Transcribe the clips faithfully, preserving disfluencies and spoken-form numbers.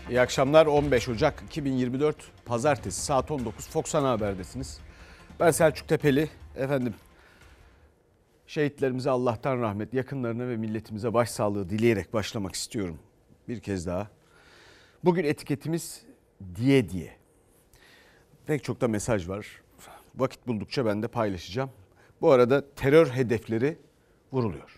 İyi akşamlar. on beş Ocak iki bin yirmi dört Pazartesi saat on dokuz Fox Ana Haber'desiniz. Ben Selçuk Tepeli. Efendim, şehitlerimize Allah'tan rahmet, yakınlarına ve milletimize başsağlığı dileyerek başlamak istiyorum bir kez daha. Bugün etiketimiz diye diye. Pek çok da mesaj var. Vakit buldukça ben de paylaşacağım. Bu arada terör hedefleri vuruluyor.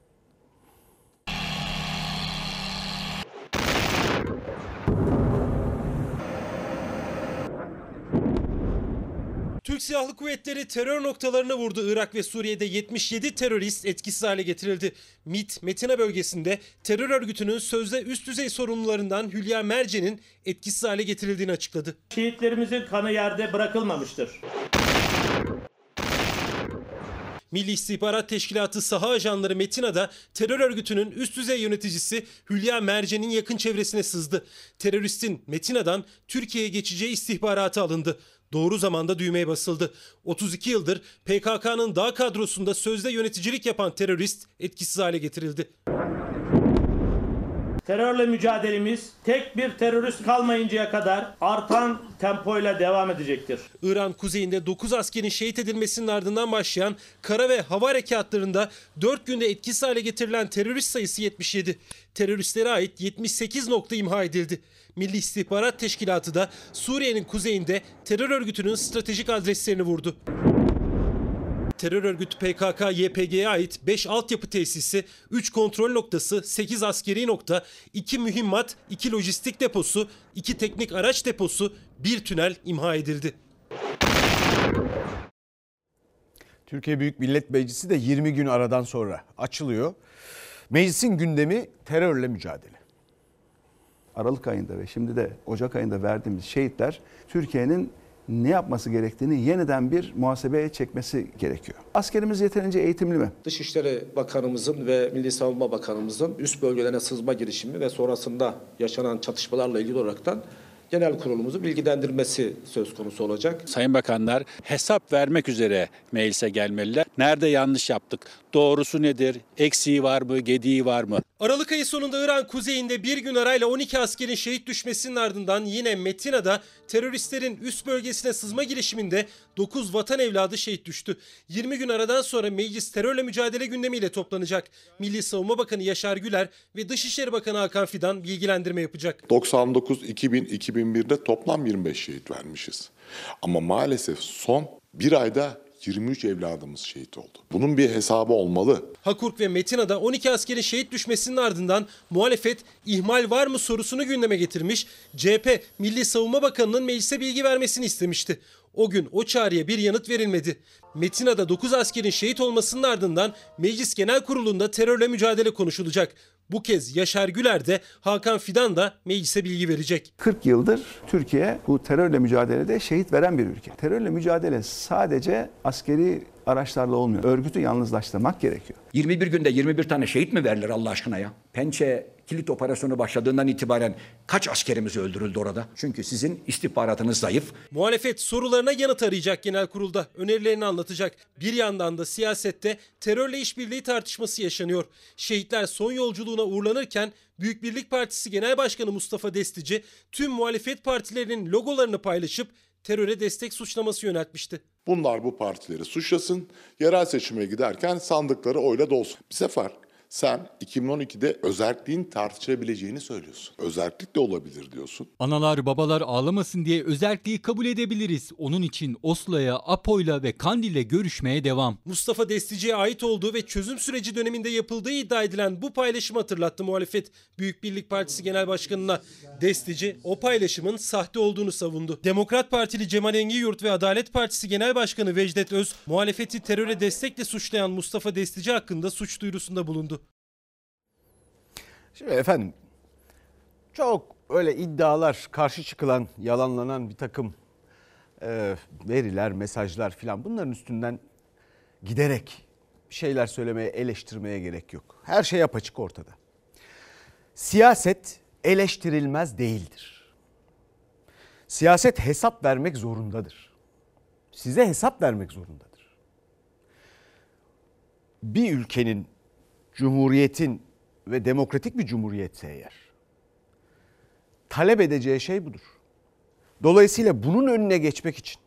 Türk Silahlı Kuvvetleri terör noktalarına vurdu. Irak ve Suriye'de yetmiş yedi terörist etkisiz hale getirildi. MİT, Metina bölgesinde terör örgütünün sözde üst düzey sorumlularından Hülya Mercen'in etkisiz hale getirildiğini açıkladı. Şehitlerimizin kanı yerde bırakılmamıştır. Milli İstihbarat Teşkilatı saha ajanları Metina'da terör örgütünün üst düzey yöneticisi Hülya Mercen'in yakın çevresine sızdı. Teröristin Metina'dan Türkiye'ye geçeceği istihbaratı alındı. Doğru zamanda düğmeye basıldı. otuz iki yıldır P K K'nın dağ kadrosunda sözde yöneticilik yapan terörist etkisiz hale getirildi. Terörle mücadelemiz tek bir terörist kalmayıncaya kadar artan tempoyla devam edecektir. İran kuzeyinde dokuz askerin şehit edilmesinin ardından başlayan kara ve hava harekatlarında dört günde etkisiz hale getirilen terörist sayısı yetmiş yedi. Teröristlere ait yetmiş sekiz nokta imha edildi. Milli İstihbarat Teşkilatı da Suriye'nin kuzeyinde terör örgütünün stratejik adreslerini vurdu. Terör örgütü P K K Y P G'ye ait beş altyapı tesisi, üç kontrol noktası, sekiz askeri nokta, iki mühimmat, iki lojistik deposu, iki teknik araç deposu, bir tünel imha edildi. Türkiye Büyük Millet Meclisi de yirmi gün aradan sonra açılıyor. Meclisin gündemi terörle mücadele. Aralık ayında ve şimdi de Ocak ayında verdiğimiz şehitler Türkiye'nin ne yapması gerektiğini yeniden bir muhasebeye çekmesi gerekiyor. Askerimiz yeterince eğitimli mi? Dışişleri Bakanımızın ve Milli Savunma Bakanımızın üst bölgelerine sızma girişimi ve sonrasında yaşanan çatışmalarla ilgili olaraktan genel kurulumuzu bilgilendirmesi söz konusu olacak. Sayın Bakanlar hesap vermek üzere meclise gelmeliler. Nerede yanlış yaptık? Doğrusu nedir? Eksiği var mı? Gediği var mı? Aralık ayı sonunda İran kuzeyinde bir gün arayla on iki askerin şehit düşmesinin ardından yine Metina'da teröristlerin üst bölgesine sızma girişiminde dokuz vatan evladı şehit düştü. yirmi gün aradan sonra meclis terörle mücadele gündemiyle toplanacak. Milli Savunma Bakanı Yaşar Güler ve Dışişleri Bakanı Hakan Fidan bilgilendirme yapacak. doksan dokuz, iki bin, iki bin birde toplam yirmi beş şehit vermişiz. Ama maalesef son bir ayda yirmi üç evladımız şehit oldu. Bunun bir hesabı olmalı. Hakurk ve Metina'da on iki askerin şehit düşmesinin ardından muhalefet ihmal var mı sorusunu gündeme getirmiş. C H P Milli Savunma Bakanı'nın meclise bilgi vermesini istemişti. O gün o çağrıya bir yanıt verilmedi. Metina'da dokuz askerin şehit olmasının ardından Meclis Genel Kurulu'nda terörle mücadele konuşulacak. Bu kez Yaşar Güler de Hakan Fidan da meclise bilgi verecek. kırk yıldır Türkiye bu terörle mücadelede şehit veren bir ülke. Terörle mücadele sadece askeri araçlarla olmuyor. Örgütü yalnızlaştırmak gerekiyor. yirmi bir günde yirmi bir tane şehit mi verilir Allah aşkına ya? Pençe kilit operasyonu başladığından itibaren kaç askerimiz öldürüldü orada? Çünkü sizin istihbaratınız zayıf. Muhalefet sorularına yanıt arayacak genel kurulda. Önerilerini anlatacak. Bir yandan da siyasette terörle işbirliği tartışması yaşanıyor. Şehitler son yolculuğuna uğurlanırken Büyük Birlik Partisi Genel Başkanı Mustafa Destici tüm muhalefet partilerinin logolarını paylaşıp teröre destek suçlaması yöneltmişti. Bunlar bu partileri suçlasın, yerel seçime giderken sandıkları oyla dolsun. Bir sefer sen iki bin on ikide özerkliğin tartışabileceğini söylüyorsun. Özerklik de olabilir diyorsun. Analar babalar ağlamasın diye özerkliği kabul edebiliriz. Onun için Oslo'ya, APO'yla ve Kandil'le görüşmeye devam. Mustafa Destici'ye ait olduğu ve çözüm süreci döneminde yapıldığı iddia edilen bu paylaşımı hatırlattı muhalefet Büyük Birlik Partisi Genel Başkanı'na. Destici o paylaşımın sahte olduğunu savundu. Demokrat Partili Cemal Engiyurt ve Adalet Partisi Genel Başkanı Vecdet Öz muhalefeti teröre destekle suçlayan Mustafa Destici hakkında suç duyurusunda bulundu. Şimdi efendim, çok öyle iddialar, karşı çıkılan, yalanlanan bir takım e, veriler, mesajlar filan, bunların üstünden giderek bir şeyler söylemeye, eleştirmeye gerek yok. Her şey apaçık ortada. Siyaset eleştirilmez değildir. Siyaset hesap vermek zorundadır. Size hesap vermek zorundadır. Bir ülkenin, cumhuriyetin ve demokratik bir cumhuriyetse eğer, talep edeceği şey budur. Dolayısıyla bunun önüne geçmek için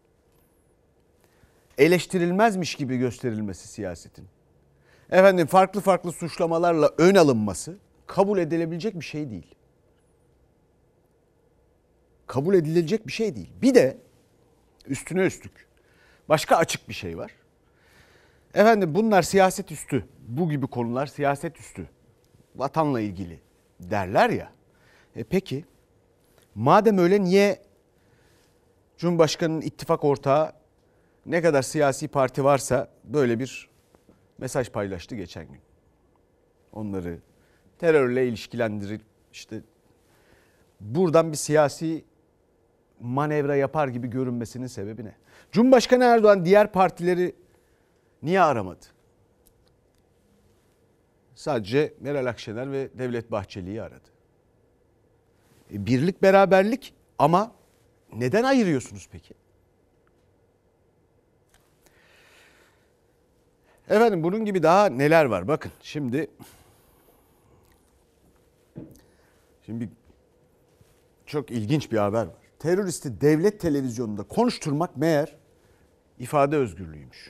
eleştirilmezmiş gibi gösterilmesi siyasetin, efendim farklı farklı suçlamalarla ön alınması kabul edilebilecek bir şey değil. Kabul edilecek bir şey değil. Bir de üstüne üstlük başka açık bir şey var. Efendim bunlar siyaset üstü, bu gibi konular siyaset üstü, vatanla ilgili derler ya. E peki madem öyle niye Cumhurbaşkanı'nın ittifak ortağı ne kadar siyasi parti varsa böyle bir mesaj paylaştı geçen gün? Onları terörle ilişkilendirip işte buradan bir siyasi manevra yapar gibi görünmesinin sebebi ne? Cumhurbaşkanı Erdoğan diğer partileri niye aramadı? Sadece Meral Akşener ve Devlet Bahçeli'yi aradı. E, birlik beraberlik ama neden ayırıyorsunuz peki? Efendim bunun gibi daha neler var? Bakın şimdi şimdi çok ilginç bir haber var. Teröristi devlet televizyonunda konuşturmak meğer ifade özgürlüğüymüş.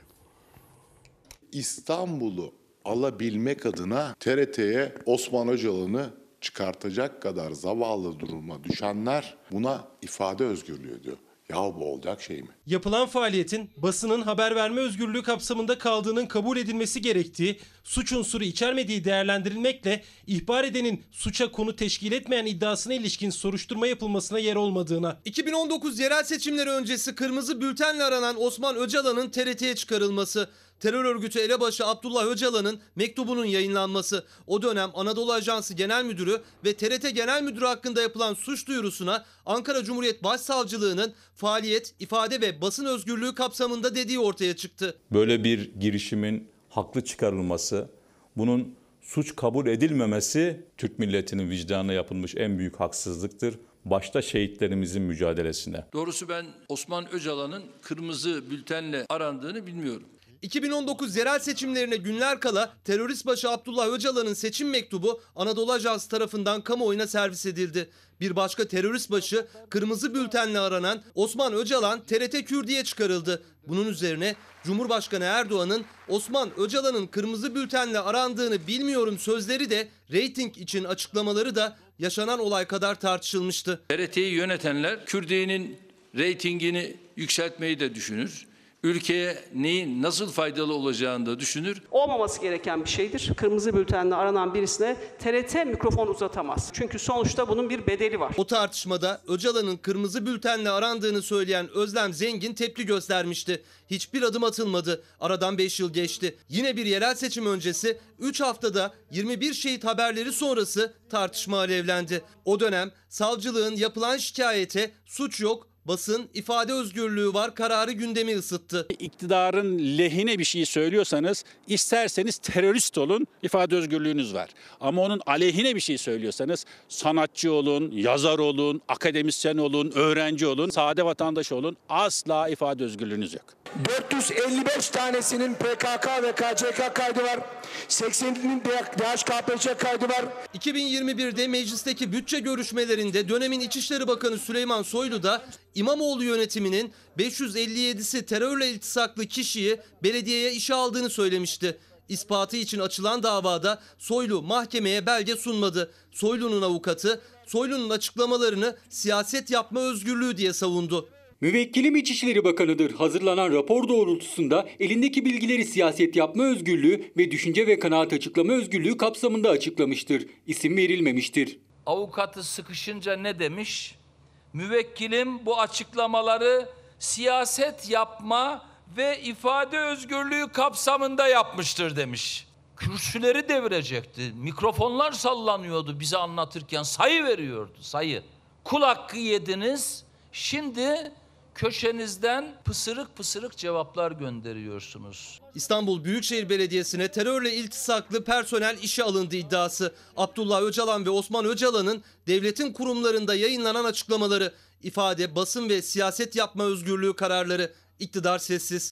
İstanbul'u alabilmek adına T R T'ye Osman Öcalan'ı çıkartacak kadar zavallı duruma düşenler buna ifade özgürlüğü diyor. Ya bu olacak şey mi? Yapılan faaliyetin basının haber verme özgürlüğü kapsamında kaldığının kabul edilmesi gerektiği, suç unsuru içermediği değerlendirilmekle ihbar edenin suça konu teşkil etmeyen iddiasına ilişkin soruşturma yapılmasına yer olmadığına. iki bin on dokuz yerel seçimleri öncesi kırmızı bültenle aranan Osman Öcalan'ın T R T'ye çıkarılması, terör örgütü elebaşı Abdullah Öcalan'ın mektubunun yayınlanması, o dönem Anadolu Ajansı Genel Müdürü ve T R T Genel Müdürü hakkında yapılan suç duyurusuna Ankara Cumhuriyet Başsavcılığı'nın faaliyet, ifade ve basın özgürlüğü kapsamında dediği ortaya çıktı. Böyle bir girişimin haklı çıkarılması, bunun suç kabul edilmemesi Türk milletinin vicdanına yapılmış en büyük haksızlıktır. Başta şehitlerimizin mücadelesine. Doğrusu ben Osman Öcalan'ın kırmızı bültenle arandığını bilmiyorum. iki bin on dokuz yerel seçimlerine günler kala terörist başı Abdullah Öcalan'ın seçim mektubu Anadolu Ajansı tarafından kamuoyuna servis edildi. Bir başka terörist başı kırmızı bültenle aranan Osman Öcalan T R T Kürdi'ye çıkarıldı. Bunun üzerine Cumhurbaşkanı Erdoğan'ın Osman Öcalan'ın kırmızı bültenle arandığını bilmiyorum sözleri de reyting için açıklamaları da yaşanan olay kadar tartışılmıştı. T R T'yi yönetenler Kürdi'nin reytingini yükseltmeyi de düşünür. Ülkeye neyin nasıl faydalı olacağını da düşünür. Olmaması gereken bir şeydir. Kırmızı bültenle aranan birisine T R T mikrofon uzatamaz. Çünkü sonuçta bunun bir bedeli var. O tartışmada Öcalan'ın kırmızı bültenle arandığını söyleyen Özlem Zengin tepki göstermişti. Hiçbir adım atılmadı. Aradan beş yıl geçti. Yine bir yerel seçim öncesi üç haftada yirmi bir şehit haberleri sonrası tartışma alevlendi. O dönem savcılığın yapılan şikayete suç yok, basın, ifade özgürlüğü var kararı gündemi ısıttı. İktidarın lehine bir şey söylüyorsanız isterseniz terörist olun, ifade özgürlüğünüz var. Ama onun aleyhine bir şey söylüyorsanız sanatçı olun, yazar olun, akademisyen olun, öğrenci olun, sade vatandaş olun, asla ifade özgürlüğünüz yok. dört yüz elli beş tanesinin P K K ve K C K kaydı var. sekseninin D H K P C kaydı var. iki bin yirmi birde meclisteki bütçe görüşmelerinde dönemin İçişleri Bakanı Süleyman Soylu da İmamoğlu yönetiminin beş yüz elli yedisi terörle iltisaklı kişiyi belediyeye işe aldığını söylemişti. İspatı için açılan davada Soylu mahkemeye belge sunmadı. Soylu'nun avukatı Soylu'nun açıklamalarını siyaset yapma özgürlüğü diye savundu. Müvekkilim İçişleri Bakanı'dır. Hazırlanan rapor doğrultusunda elindeki bilgileri siyaset yapma özgürlüğü ve düşünce ve kanaat açıklama özgürlüğü kapsamında açıklamıştır. İsim verilmemiştir. Avukatı sıkışınca ne demiş? Müvekkilim bu açıklamaları siyaset yapma ve ifade özgürlüğü kapsamında yapmıştır demiş. Kürsüleri devirecekti. Mikrofonlar sallanıyordu bize anlatırken. Sayı veriyordu, sayı. Kul hakkı yediniz. Şimdi köşenizden pısırık pısırık cevaplar gönderiyorsunuz. İstanbul Büyükşehir Belediyesi'ne terörle iltisaklı personel işe alındı iddiası. Abdullah Öcalan ve Osman Öcalan'ın devletin kurumlarında yayınlanan açıklamaları, ifade, basın ve siyaset yapma özgürlüğü kararları, iktidar sessiz.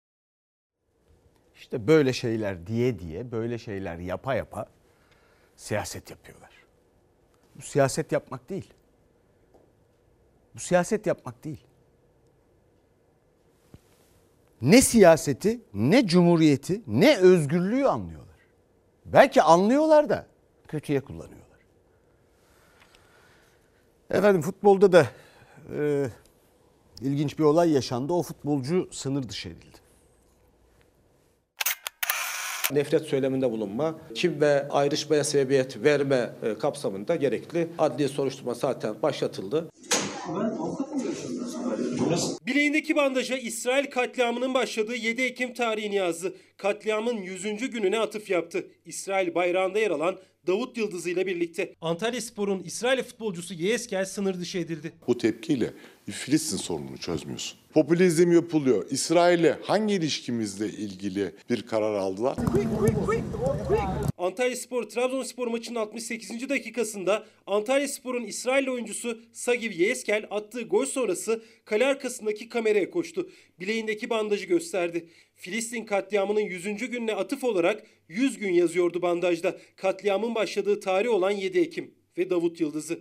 İşte böyle şeyler diye diye, böyle şeyler yapa yapa siyaset yapıyorlar. Bu siyaset yapmak değil. Bu siyaset yapmak değil. Ne siyaseti, ne cumhuriyeti, ne özgürlüğü anlıyorlar. Belki anlıyorlar da kötüye kullanıyorlar. Efendim futbolda da e, ilginç bir olay yaşandı. O futbolcu sınır dışı edildi. Nefret söyleminde bulunma, kin ve ayrışmaya sebebiyet verme kapsamında gerekli adli soruşturma zaten başlatıldı. Bileğindeki bandaja İsrail katliamının başladığı yedi Ekim tarihini yazdı. Katliamın yüzüncü gününe atıf yaptı. İsrail bayrağında yer alan Davut Yıldızı ile birlikte. Antalyaspor'un İsrail futbolcusu Yehezkel sınır dışı edildi. Bu tepkiyle Filistin sorununu çözmüyorsun. Popülizm yapılıyor. İsrail'le hangi ilişkimizle ilgili bir karar aldılar? Antalyaspor Trabzonspor maçının altmış sekizinci dakikasında Antalyaspor'un İsrail oyuncusu Sagiv Yehezkel attığı gol sonrası kale arkasındaki kameraya koştu. Bileğindeki bandajı gösterdi. Filistin katliamının yüzüncü gününe atıf olarak yüz gün yazıyordu bandajda. Katliamın başladığı tarih olan yedi Ekim ve Davut Yıldızı.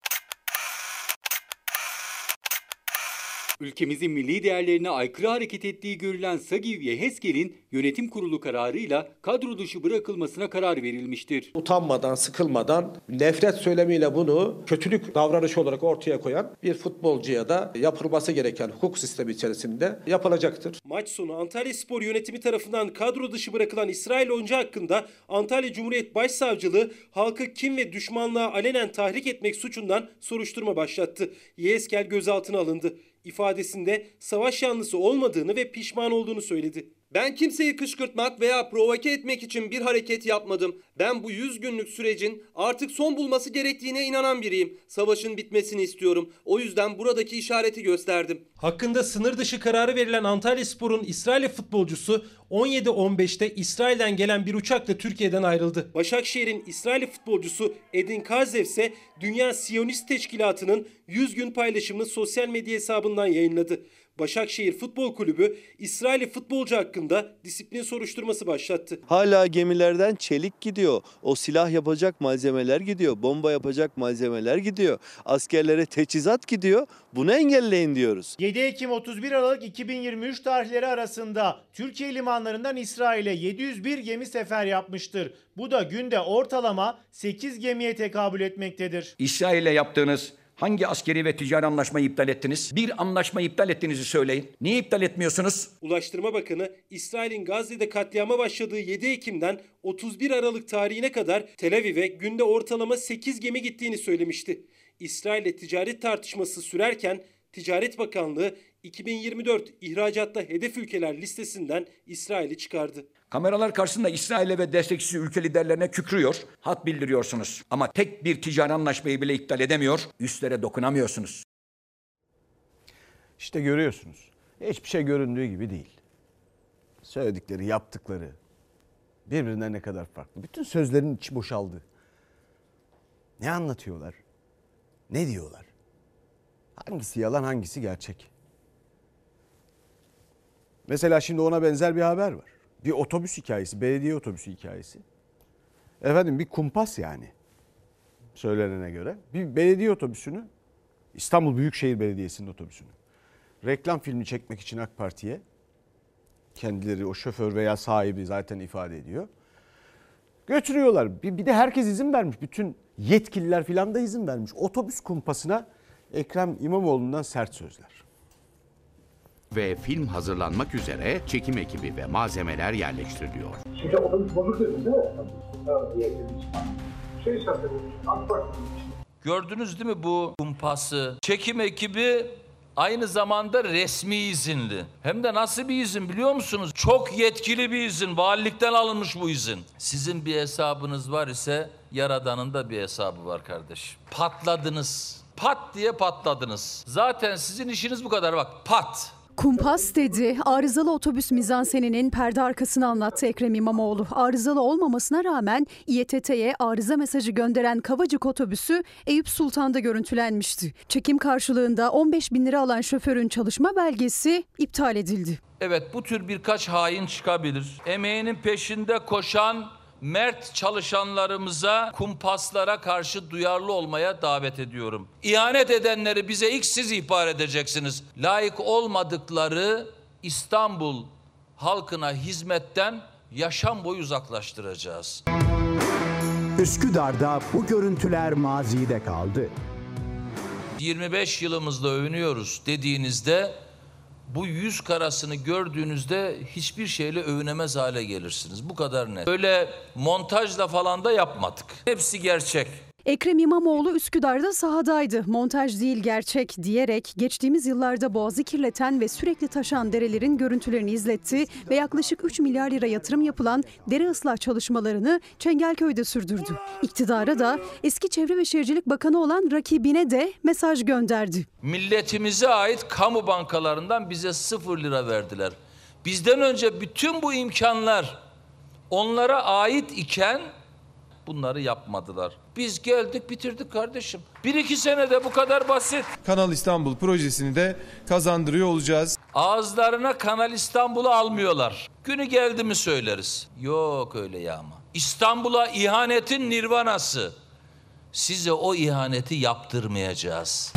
Ülkemizin milli değerlerine aykırı hareket ettiği görülen Sagiv Yehezkel'in yönetim kurulu kararıyla kadro dışı bırakılmasına karar verilmiştir. Utanmadan, sıkılmadan nefret söylemiyle bunu kötülük davranışı olarak ortaya koyan bir futbolcuya da yapılması gereken hukuk sistemi içerisinde yapılacaktır. Maç sonu Antalyaspor yönetimi tarafından kadro dışı bırakılan İsrail oyuncu hakkında Antalya Cumhuriyet Başsavcılığı halkı kin ve düşmanlığa alenen tahrik etmek suçundan soruşturma başlattı. Yehezkel gözaltına alındı. İfadesinde savaş yanlısı olmadığını ve pişman olduğunu söyledi. Ben kimseyi kışkırtmak veya provoke etmek için bir hareket yapmadım. Ben bu yüz günlük sürecin artık son bulması gerektiğine inanan biriyim. Savaşın bitmesini istiyorum. O yüzden buradaki işareti gösterdim. Hakkında sınır dışı kararı verilen Antalyaspor'un İsrail futbolcusu on yedi on beşte İsrail'den gelen bir uçakla Türkiye'den ayrıldı. Başakşehir'in İsrail futbolcusu Edin Kazev ise Dünya Siyonist Teşkilatı'nın yüz gün paylaşımını sosyal medya hesabından yayınladı. Başakşehir Futbol Kulübü İsrail futbolcu hakkında disiplin soruşturması başlattı. Hala gemilerden çelik gidiyor. O silah yapacak malzemeler gidiyor. Bomba yapacak malzemeler gidiyor. Askerlere teçhizat gidiyor. Bunu engelleyin diyoruz. yedi Ekim otuz bir Aralık iki bin yirmi üç tarihleri arasında Türkiye limanlarından İsrail'e yedi yüz bir gemi sefer yapmıştır. Bu da günde ortalama sekiz gemiye tekabül etmektedir. İsrail'le yaptığınız hangi askeri ve ticari anlaşmayı iptal ettiniz? Bir anlaşma iptal ettiğinizi söyleyin. Niye iptal etmiyorsunuz? Ulaştırma Bakanı İsrail'in Gazze'de katliama başladığı yedi Ekim'den otuz bir Aralık tarihine kadar Tel Aviv'e günde ortalama sekiz gemi gittiğini söylemişti. İsrail'le ticaret tartışması sürerken Ticaret Bakanlığı iki bin yirmi dört ihracatta hedef ülkeler listesinden İsrail'i çıkardı. Kameralar karşısında İsrail'e ve destekçisi ülke liderlerine kükrüyor, hat bildiriyorsunuz. Ama tek bir ticari anlaşmayı bile iptal edemiyor, üstlere dokunamıyorsunuz. İşte görüyorsunuz. Hiçbir şey göründüğü gibi değil. Söyledikleri, yaptıkları birbirinden ne kadar farklı. Bütün sözlerin içi boşaldı. Ne anlatıyorlar? Ne diyorlar? Hangisi yalan, hangisi gerçek? Mesela şimdi ona benzer bir haber var. Bir otobüs hikayesi, belediye otobüsü hikayesi. Efendim bir kumpas yani söylenene göre. Bir belediye otobüsünü, İstanbul Büyükşehir Belediyesi'nin otobüsünü reklam filmi çekmek için AK Parti'ye, kendileri o şoför veya sahibi zaten ifade ediyor, götürüyorlar. Bir, bir de herkes izin vermiş. Bütün yetkililer filan da izin vermiş. Otobüs kumpasına Ekrem İmamoğlu'ndan sert sözler. Ve film hazırlanmak üzere çekim ekibi ve malzemeler yerleştiriliyor. Şimdi otobüs bozuk dedin değil mi? Şey satılmış, AK Parti. Gördünüz değil mi bu kumpası? Çekim ekibi aynı zamanda resmi izinli. Hem de nasıl bir izin biliyor musunuz? Çok yetkili bir izin. Valilikten alınmış bu izin. Sizin bir hesabınız var ise Yaradan'ın da bir hesabı var kardeşim. Patladınız. Pat diye patladınız. Zaten sizin işiniz bu kadar bak. Pat. Kumpas dedi. Arızalı otobüs mizanseninin perde arkasını anlattı Ekrem İmamoğlu. Arızalı olmamasına rağmen İ E T T'ye arıza mesajı gönderen Kavacık otobüsü Eyüp Sultan'da görüntülenmişti. Çekim karşılığında on beş bin lira alan şoförün çalışma belgesi iptal edildi. Evet, bu tür birkaç hain çıkabilir. Emeğinin peşinde koşan mert çalışanlarımıza, kumpaslara karşı duyarlı olmaya davet ediyorum. İhanet edenleri bize ilk siz ihbar edeceksiniz. Layık olmadıkları İstanbul halkına hizmetten yaşam boyu uzaklaştıracağız. Üsküdar'da bu görüntüler mazide kaldı. yirmi beş yılımızda övünüyoruz dediğinizde bu yüz karasını gördüğünüzde hiçbir şeyle övünemez hale gelirsiniz. Bu kadar net. Böyle montajla falan da yapmadık. Hepsi gerçek. Ekrem İmamoğlu Üsküdar'da sahadaydı. Montaj değil gerçek diyerek geçtiğimiz yıllarda boğazı kirleten ve sürekli taşan derelerin görüntülerini izletti ve yaklaşık üç milyar lira yatırım yapılan dere ıslah çalışmalarını Çengelköy'de sürdürdü. İktidara da eski Çevre ve Şehircilik Bakanı olan rakibine de mesaj gönderdi. Milletimize ait kamu bankalarından bize sıfır lira verdiler. Bizden önce bütün bu imkanlar onlara ait iken bunları yapmadılar. Biz geldik bitirdik kardeşim. Bir iki senede bu kadar basit. Kanal İstanbul projesini de kazandırıyor olacağız. Ağızlarına Kanal İstanbul'u almıyorlar. Günü geldi mi söyleriz. Yok öyle ya ama. İstanbul'a ihanetin nirvanası. Size o ihaneti yaptırmayacağız.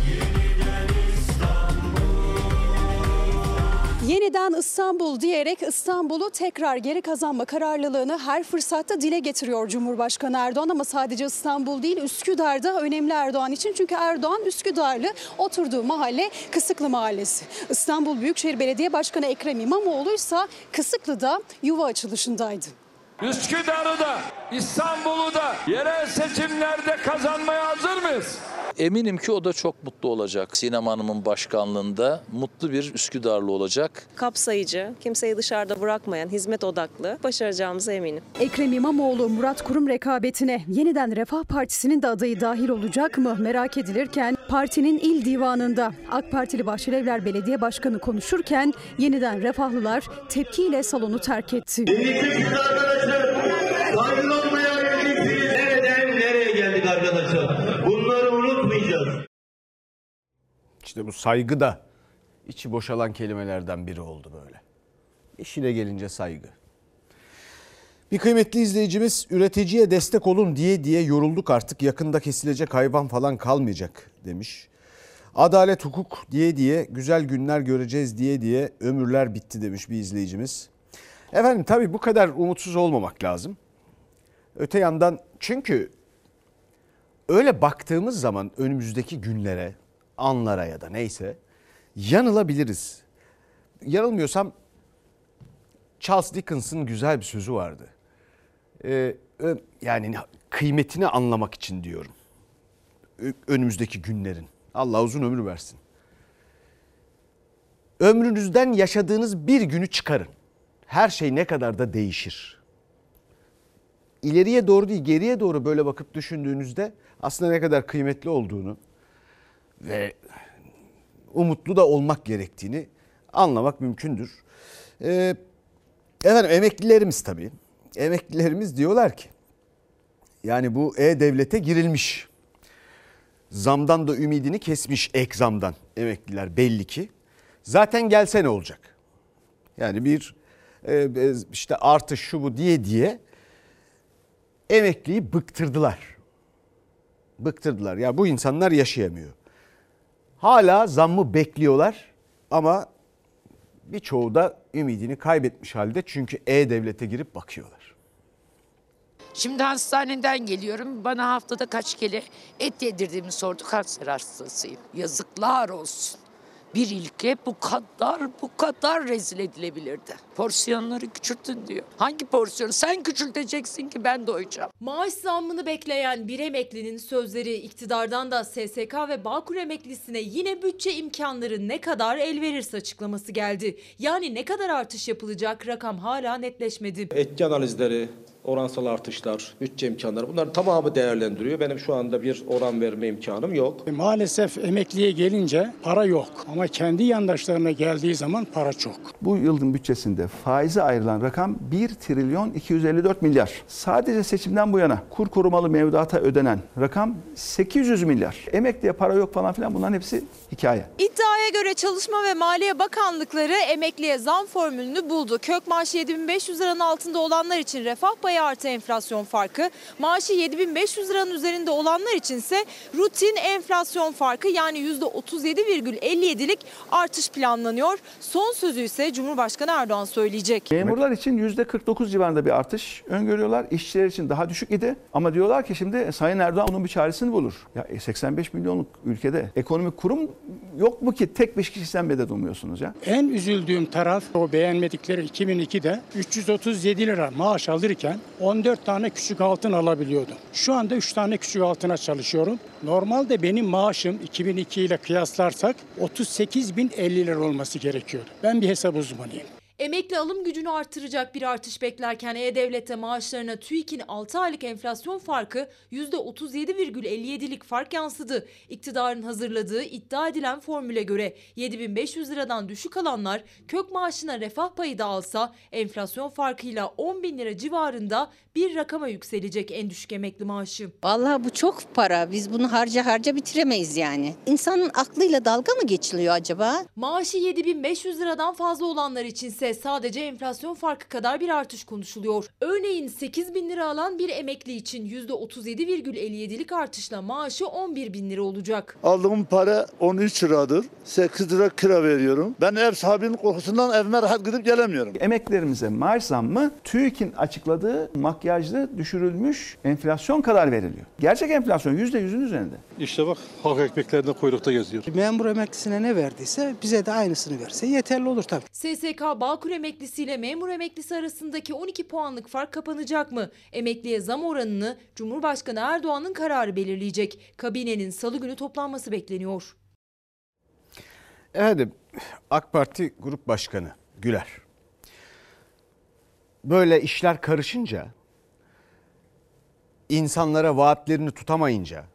Yeniden İstanbul diyerek İstanbul'u tekrar geri kazanma kararlılığını her fırsatta dile getiriyor Cumhurbaşkanı Erdoğan, ama sadece İstanbul değil Üsküdar'da önemli Erdoğan için. Çünkü Erdoğan Üsküdarlı, oturduğu mahalle Kısıklı Mahallesi. İstanbul Büyükşehir Belediye Başkanı Ekrem İmamoğlu ise Kısıklı'da yuva açılışındaydı. Üsküdar'ı da İstanbul'u da yerel seçimlerde kazanmaya hazır mıyız? Eminim ki o da çok mutlu olacak. Sinem Hanım'ın başkanlığında mutlu bir Üsküdarlı olacak. Kapsayıcı, kimseyi dışarıda bırakmayan, hizmet odaklı başaracağımıza eminim. Ekrem İmamoğlu Murat Kurum rekabetine yeniden Refah Partisi'nin de adayı dahil olacak mı merak edilirken partinin il divanında AK Partili Bahçelievler Belediye Başkanı konuşurken yeniden Refahlılar tepkiyle salonu terk etti. Saygın olmayan nereden nereye geldik arkadaşlar? Bunları unutmayacağız. İşte bu saygı da içi boşalan kelimelerden biri oldu böyle. İşine gelince saygı. Bir kıymetli izleyicimiz üreticiye destek olun diye diye yorulduk artık, yakında kesilecek hayvan falan kalmayacak demiş. Adalet hukuk diye diye güzel günler göreceğiz diye diye ömürler bitti demiş bir izleyicimiz. Efendim tabii bu kadar umutsuz olmamak lazım. Öte yandan çünkü öyle baktığımız zaman önümüzdeki günlere, anlara ya da neyse yanılabiliriz. Yanılmıyorsam Charles Dickens'ın güzel bir sözü vardı. Ee, yani kıymetini anlamak için diyorum. Önümüzdeki günlerin. Allah uzun ömür versin. Ömrünüzden yaşadığınız bir günü çıkarın. Her şey ne kadar da değişir. İleriye doğru değil, geriye doğru böyle bakıp düşündüğünüzde aslında ne kadar kıymetli olduğunu ve umutlu da olmak gerektiğini anlamak mümkündür. Ee, efendim emeklilerimiz tabii. Emeklilerimiz diyorlar ki yani bu E-Devlet'e girilmiş. Zamdan da ümidini kesmiş, ek zamdan emekliler belli ki. Zaten gelse ne olacak? Yani bir e, işte artış şu bu diye diye emekliyi bıktırdılar. Bıktırdılar. Ya bu insanlar yaşayamıyor. Hala zammı bekliyorlar ama birçoğu da ümidini kaybetmiş halde çünkü E-Devlet'e girip bakıyorlar. Şimdi hastaneden geliyorum. Bana haftada kaç kere et yedirdiğimi sordu. Kanser hastasıyım. Yazıklar olsun. Bir ilke bu kadar bu kadar rezil edilebilirdi. Porsiyonları küçültün diyor. Hangi porsiyonu? Sen küçülteceksin ki ben doyacağım. Maaş zammını bekleyen bir emeklinin sözleri, iktidardan da S S K ve Bağkur emeklisine yine bütçe imkanları ne kadar el verirse açıklaması geldi. Yani ne kadar artış yapılacak rakam hala netleşmedi. Etki analizleri, oransal artışlar, bütçe imkanları bunların tamamı değerlendiriyor. Benim şu anda bir oran verme imkanım yok. Maalesef emekliye gelince para yok ama kendi yandaşlarına geldiği zaman para çok. Bu yılın bütçesinde faize ayrılan rakam bir trilyon iki yüz elli dört milyar. Sadece seçimden bu yana kur korumalı mevduata ödenen rakam sekiz yüz milyar. Emekliye para yok falan filan, bunların hepsi hikaye. İddiaya göre Çalışma ve Maliye Bakanlıkları emekliye zam formülünü buldu. Kök maaşı yedi bin beş yüz liranın altında olanlar için refah payı ortalamaya artı enflasyon farkı. Maaşı yedi bin beş yüz liranın üzerinde olanlar içinse rutin enflasyon farkı yani yüzde otuz yedi virgül elli yedilik artış planlanıyor. Son sözü ise Cumhurbaşkanı Erdoğan söyleyecek. Memurlar için yüzde kırk dokuz civarında bir artış öngörüyorlar. İşçiler için daha düşük idi. Ama diyorlar ki şimdi Sayın Erdoğan bunun bir çaresini bulur. Ya seksen beş milyonluk ülkede ekonomik kurum yok mu ki tek beş kişiden medet umuyorsunuz ya? En üzüldüğüm taraf o beğenmedikleri iki bin ikide üç yüz otuz yedi lira maaş alırken on dört tane küçük altın alabiliyordum. Şu anda üç tane küçük altına çalışıyorum. Normalde benim maaşım iki bin iki ile kıyaslarsak otuz sekiz bin elli lira olması gerekiyordu. Ben bir hesap uzmanıyım. Emekli alım gücünü artıracak bir artış beklerken E-Devlet'te maaşlarına TÜİK'in altı aylık enflasyon farkı yüzde otuz yedi virgül elli yedilik fark yansıdı. İktidarın hazırladığı iddia edilen formüle göre yedi bin beş yüz liradan düşük alanlar kök maaşına refah payı da alsa enflasyon farkıyla on bin lira civarında bir rakama yükselecek en düşük emekli maaşı. Vallahi bu çok para. Biz bunu harca harca bitiremeyiz yani. İnsanın aklıyla dalga mı geçiliyor acaba? Maaşı yedi bin beş yüz liradan fazla olanlar içinse sadece enflasyon farkı kadar bir artış konuşuluyor. Örneğin sekiz bin lira alan bir emekli için yüzde otuz yedi virgül elli yedilik artışla maaşı on bir bin lira olacak. Aldığım para on üç liradır. sekiz lira kira veriyorum. Ben ev sahibinin korkusundan evime rahat gidip gelemiyorum. Emeklilerimize maaş zammı TÜİK'in açıkladığı makyajlı düşürülmüş enflasyon kadar veriliyor. Gerçek enflasyon yüzde yüzün üzerinde. İşte bak halk ekmeklerinde kuyrukta geziyor. Memur emeklisine ne verdiyse bize de aynısını verse yeterli olur tabii. S S K Bağkur emeklisiyle memur emeklisi arasındaki on iki puanlık fark kapanacak mı? Emekliye zam oranını Cumhurbaşkanı Erdoğan'ın kararı belirleyecek. Kabinenin salı günü toplanması bekleniyor. Evet, AK Parti Grup Başkanı Güler. Böyle işler karışınca, insanlara vaatlerini tutamayınca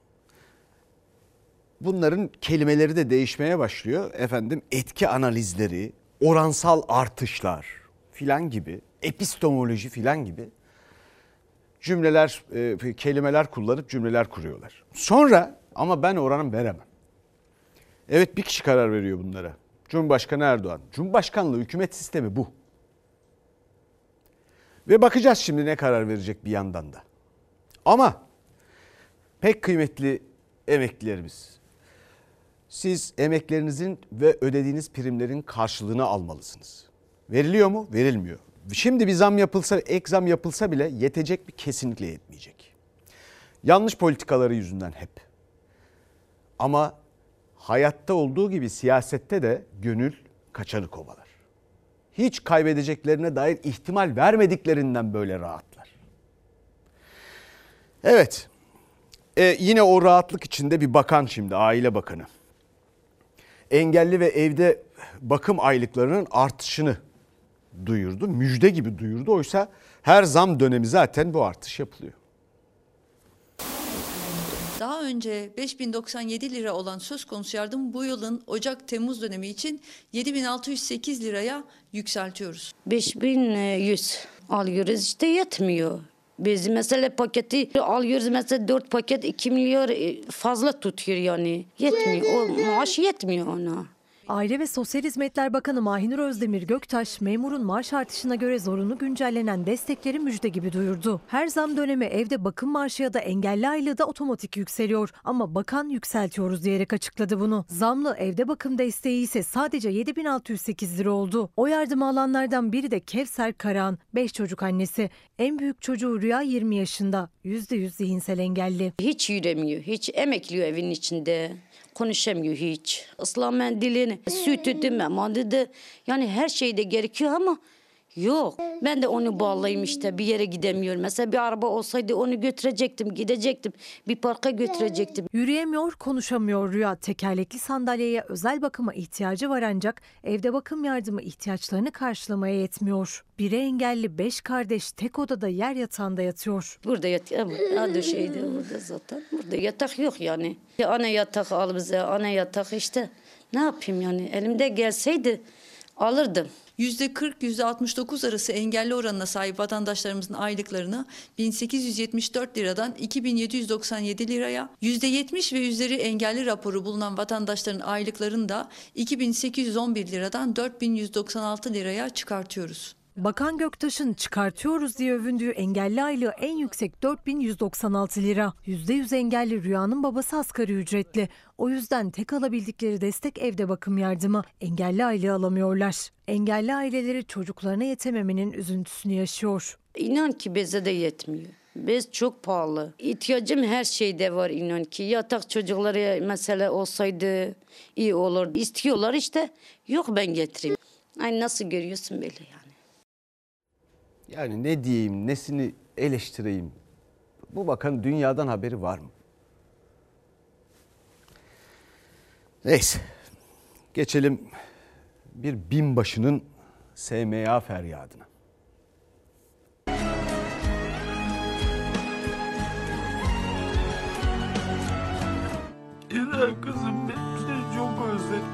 bunların kelimeleri de değişmeye başlıyor. Efendim etki analizleri, oransal artışlar filan gibi, epistemoloji filan gibi cümleler, e, kelimeler kullanıp cümleler kuruyorlar. Sonra ama ben oranı veremem. Evet, bir kişi karar veriyor bunlara. Cumhurbaşkanı Erdoğan. Cumhurbaşkanlığı hükümet sistemi bu. Ve bakacağız şimdi ne karar verecek bir yandan da. Ama pek kıymetli emeklilerimiz, siz emeklerinizin ve ödediğiniz primlerin karşılığını almalısınız. Veriliyor mu? Verilmiyor. Şimdi bir zam yapılsa, ek zam yapılsa bile yetecek bir, kesinlikle yetmeyecek. Yanlış politikaları yüzünden hep. Ama hayatta olduğu gibi siyasette de gönül kaçanı kovalar. Hiç kaybedeceklerine dair ihtimal vermediklerinden böyle rahatlar. Evet, ee, yine o rahatlık içinde bir bakan şimdi, Aile Bakanı. Engelli ve evde bakım aylıklarının artışını duyurdu. Müjde gibi duyurdu. Oysa her zam dönemi zaten bu artış yapılıyor. Daha önce beş bin doksan yedi lira olan söz konusu yardım bu yılın Ocak-Temmuz dönemi için yedi bin altı yüz sekiz liraya yükseltiyoruz. beş bin yüz alıyoruz işte yetmiyor. Biz mesela paketi alıyoruz mesela dört paket iki milyar fazla tutuyor yani. Yetmiyor. O maaş yetmiyor ona. Aile ve Sosyal Hizmetler Bakanı Mahinur Özdemir Göktaş, memurun maaş artışına göre zorunlu güncellenen destekleri müjde gibi duyurdu. Her zam dönemi evde bakım maaşı ya da engelli aylığı da otomatik yükseliyor. Ama bakan yükseltiyoruz diyerek açıkladı bunu. Zamlı evde bakım desteği ise sadece yedi bin altı yüz sekiz lira oldu. O yardımı alanlardan biri de Kevser Karahan, beş çocuk annesi. En büyük çocuğu Rüya yirmi yaşında, yüzde yüz zihinsel engelli. Hiç yüremiyor, hiç emekliyor evin içinde. Konuşamıyor hiç. Islah mendilini, sütü demem dedi. Yani her şeyde gerekiyor ama yok. Ben de onu bağlayayım işte bir yere gidemiyorum. Mesela bir araba olsaydı onu götürecektim, gidecektim. Bir parka götürecektim. Yürüyemiyor, konuşamıyor Rüya. Tekerlekli sandalyeye özel bakıma ihtiyacı var ancak evde bakım yardımı ihtiyaçlarını karşılamaya yetmiyor. Biri engelli, beş kardeş tek odada yer yatağında yatıyor. Burada yatıyor. Adı şeydi burada zaten. Burada yatak yok yani. Ana yatak al bize, ana yatak işte. Ne yapayım yani elimde gelseydi alırdım. yüzde kırk yüzde altmış dokuz arası engelli oranına sahip vatandaşlarımızın aylıklarını bin sekiz yüz yetmiş dört liradan iki bin yedi yüz doksan yedi liraya, yüzde yetmiş ve üzeri engelli raporu bulunan vatandaşların aylıklarını da iki bin sekiz yüz on bir liradan dört bin yüz doksan altı liraya çıkartıyoruz. Bakan Göktaş'ın çıkartıyoruz diye övündüğü engelli aylığı en yüksek dört bin yüz doksan altı lira. yüzde yüz engelli Rüya'nın babası asgari ücretli. O yüzden tek alabildikleri destek evde bakım yardımı. Engelli aylığı alamıyorlar. Engelli aileleri çocuklarına yetememenin üzüntüsünü yaşıyor. İnan ki bize de yetmiyor. Bez çok pahalı. İhtiyacım her şeyde var inan ki. Yatak çocuklara mesela olsaydı iyi olur. İstiyorlar işte. Yok ben getireyim. Ay nasıl görüyorsun böyle yani. Yani ne diyeyim, nesini eleştireyim? Bu bakan dünyadan haberi var mı? Neyse. Geçelim bir binbaşının S M A feryadına. İler kızım ben seni çok özledim.